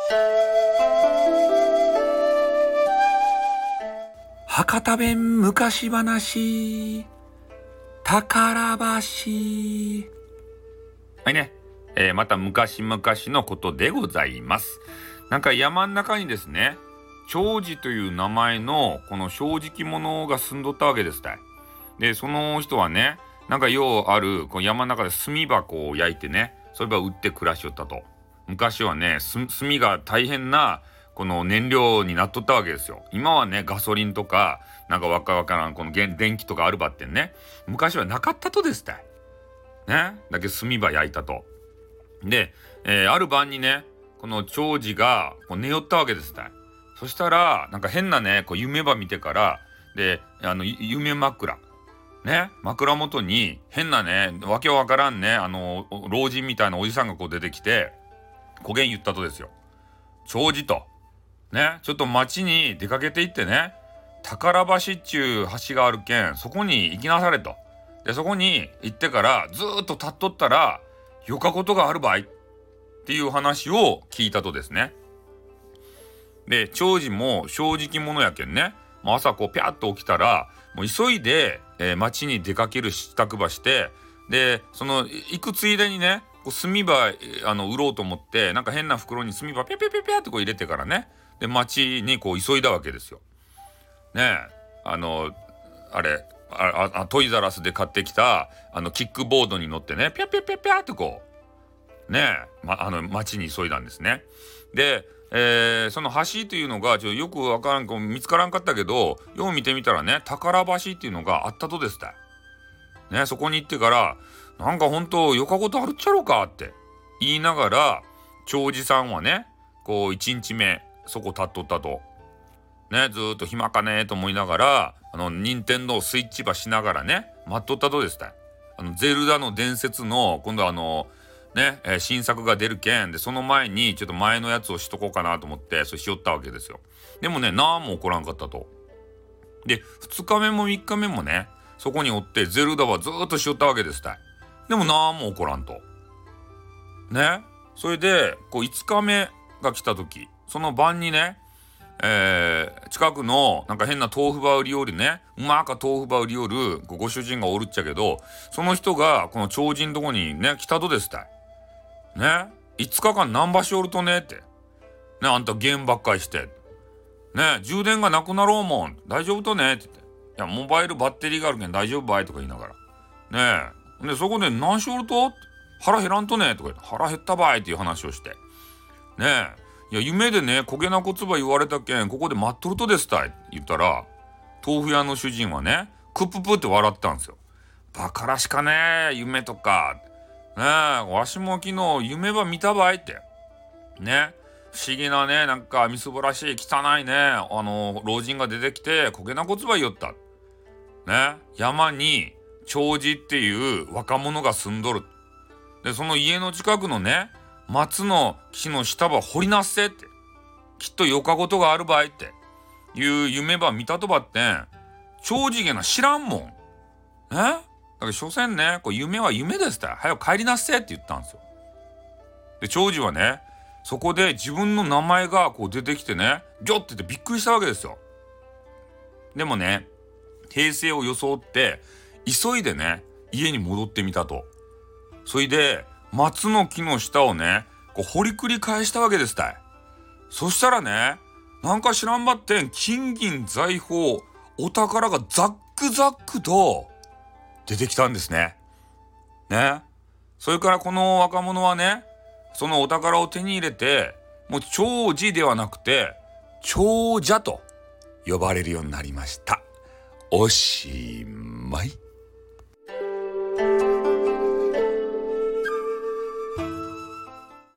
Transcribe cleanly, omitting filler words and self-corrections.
博多弁昔話宝橋。はいね、また昔々のことでございます。なんか山の中にですね、長次という名前のこの正直者が住んどったわけですたい。でその人はね、なんかようあるこの山の中で炭箱を焼いてね、それば売って暮らしよったと。昔はね、炭が大変なこの燃料になっとったわけですよ。今はね、ガソリンとかなんかわからんこの電気とかあるばってんね、昔はなかったとですたいね。だけど炭ば焼いたと。で、ある晩にね、この長次がこう寝よったわけですたい。そしたらなんか変なね、こう夢ば見てから、で夢枕ね、枕元に変なね、わけわからんね、老人みたいなおじさんがこう出てきて、こげん言ったとですよ。長次とね、ちょっと町に出かけて行ってね、宝橋っちゅう橋があるけん、そこに行きなされと。でそこに行ってからずーっと立っとったらよかことがあるばいっていう話を聞いたとですね。で長次も正直者やけんね、もう朝こうピャッと起きたらもう急いで、町に出かける支度ばして、でその行くついでにね、こう炭ば売ろうと思って、なんか変な袋に炭ばピャピャピャピャってこう入れてからね、で町にこう急いだわけですよ。ねえ、トイザラスで買ってきたキックボードに乗ってね、ピャピャピャピャってこうねえ、町に急いだんですね。で、その橋というのがよくわからん、こう見つからんかったけど、よう見てみたらね、宝橋っていうのがあったとですたいね。そこに行ってから、なんか本当よかことあるっちゃろうかって言いながら、長次さんはね、こう1日目そこ立っとったとね、ずーっと暇かねと思いながら、任天堂スイッチばしながらね、待っとったとですたい。ゼルダの伝説の今度新作が出るけんで、その前にちょっと前のやつをしとこうかなと思ってそれしよったわけですよ。でもね、なんも起こらんかったと。で2日目も3日目もね、そこにおってゼルダはずーっとしよったわけですたい。でもなんも起こらんとね。それでこう5日目が来た時、その晩にね、近くのなんか変な豆腐ば売りよるね、うまか豆腐ば売りよるご主人がおるっちゃけど、その人がこの長次んとこにね来たとですたいね。5日間何場所おるとねってね、あんたゲームばっかりしてね、充電がなくなろうもん大丈夫とねって言って、いやモバイルバッテリーがあるけん大丈夫ばいとか言いながらね、でそこで何しおると腹減らんとねとか言って、腹減ったばいっていう話をしてねえ、いや夢でね焦げなこつば言われたけんここで待っとるとですたいって言ったら、豆腐屋の主人はねクッププって笑ったんですよ。バカらしかねえ夢とかねえ、わしも昨日夢ば見たばいってね、不思議なね、なんかみすぼらしい汚いね老人が出てきて焦げなこつば言おったね。山に長次っていう若者が住んどる。でその家の近くのね松の木の下ば掘りなっせって、きっとよかことがあるばいっていう夢ば見たとばってん、長次げな知らんもんだから所詮ね、こう夢は夢ですって早く帰りなっせって言ったんですよ。で長次はね、そこで自分の名前がこう出てきてね、ギョって言ってびっくりしたわけですよ。でもね、平静を装って急いでね家に戻ってみたと。それで松の木の下をねこう掘り繰り返したわけですたい。そしたらね、なんか知らんばってん金銀財宝お宝がザックザックと出てきたんですね。それからこの若者はね、そのお宝を手に入れて、もう長次ではなくて長者と呼ばれるようになりました。おしまい。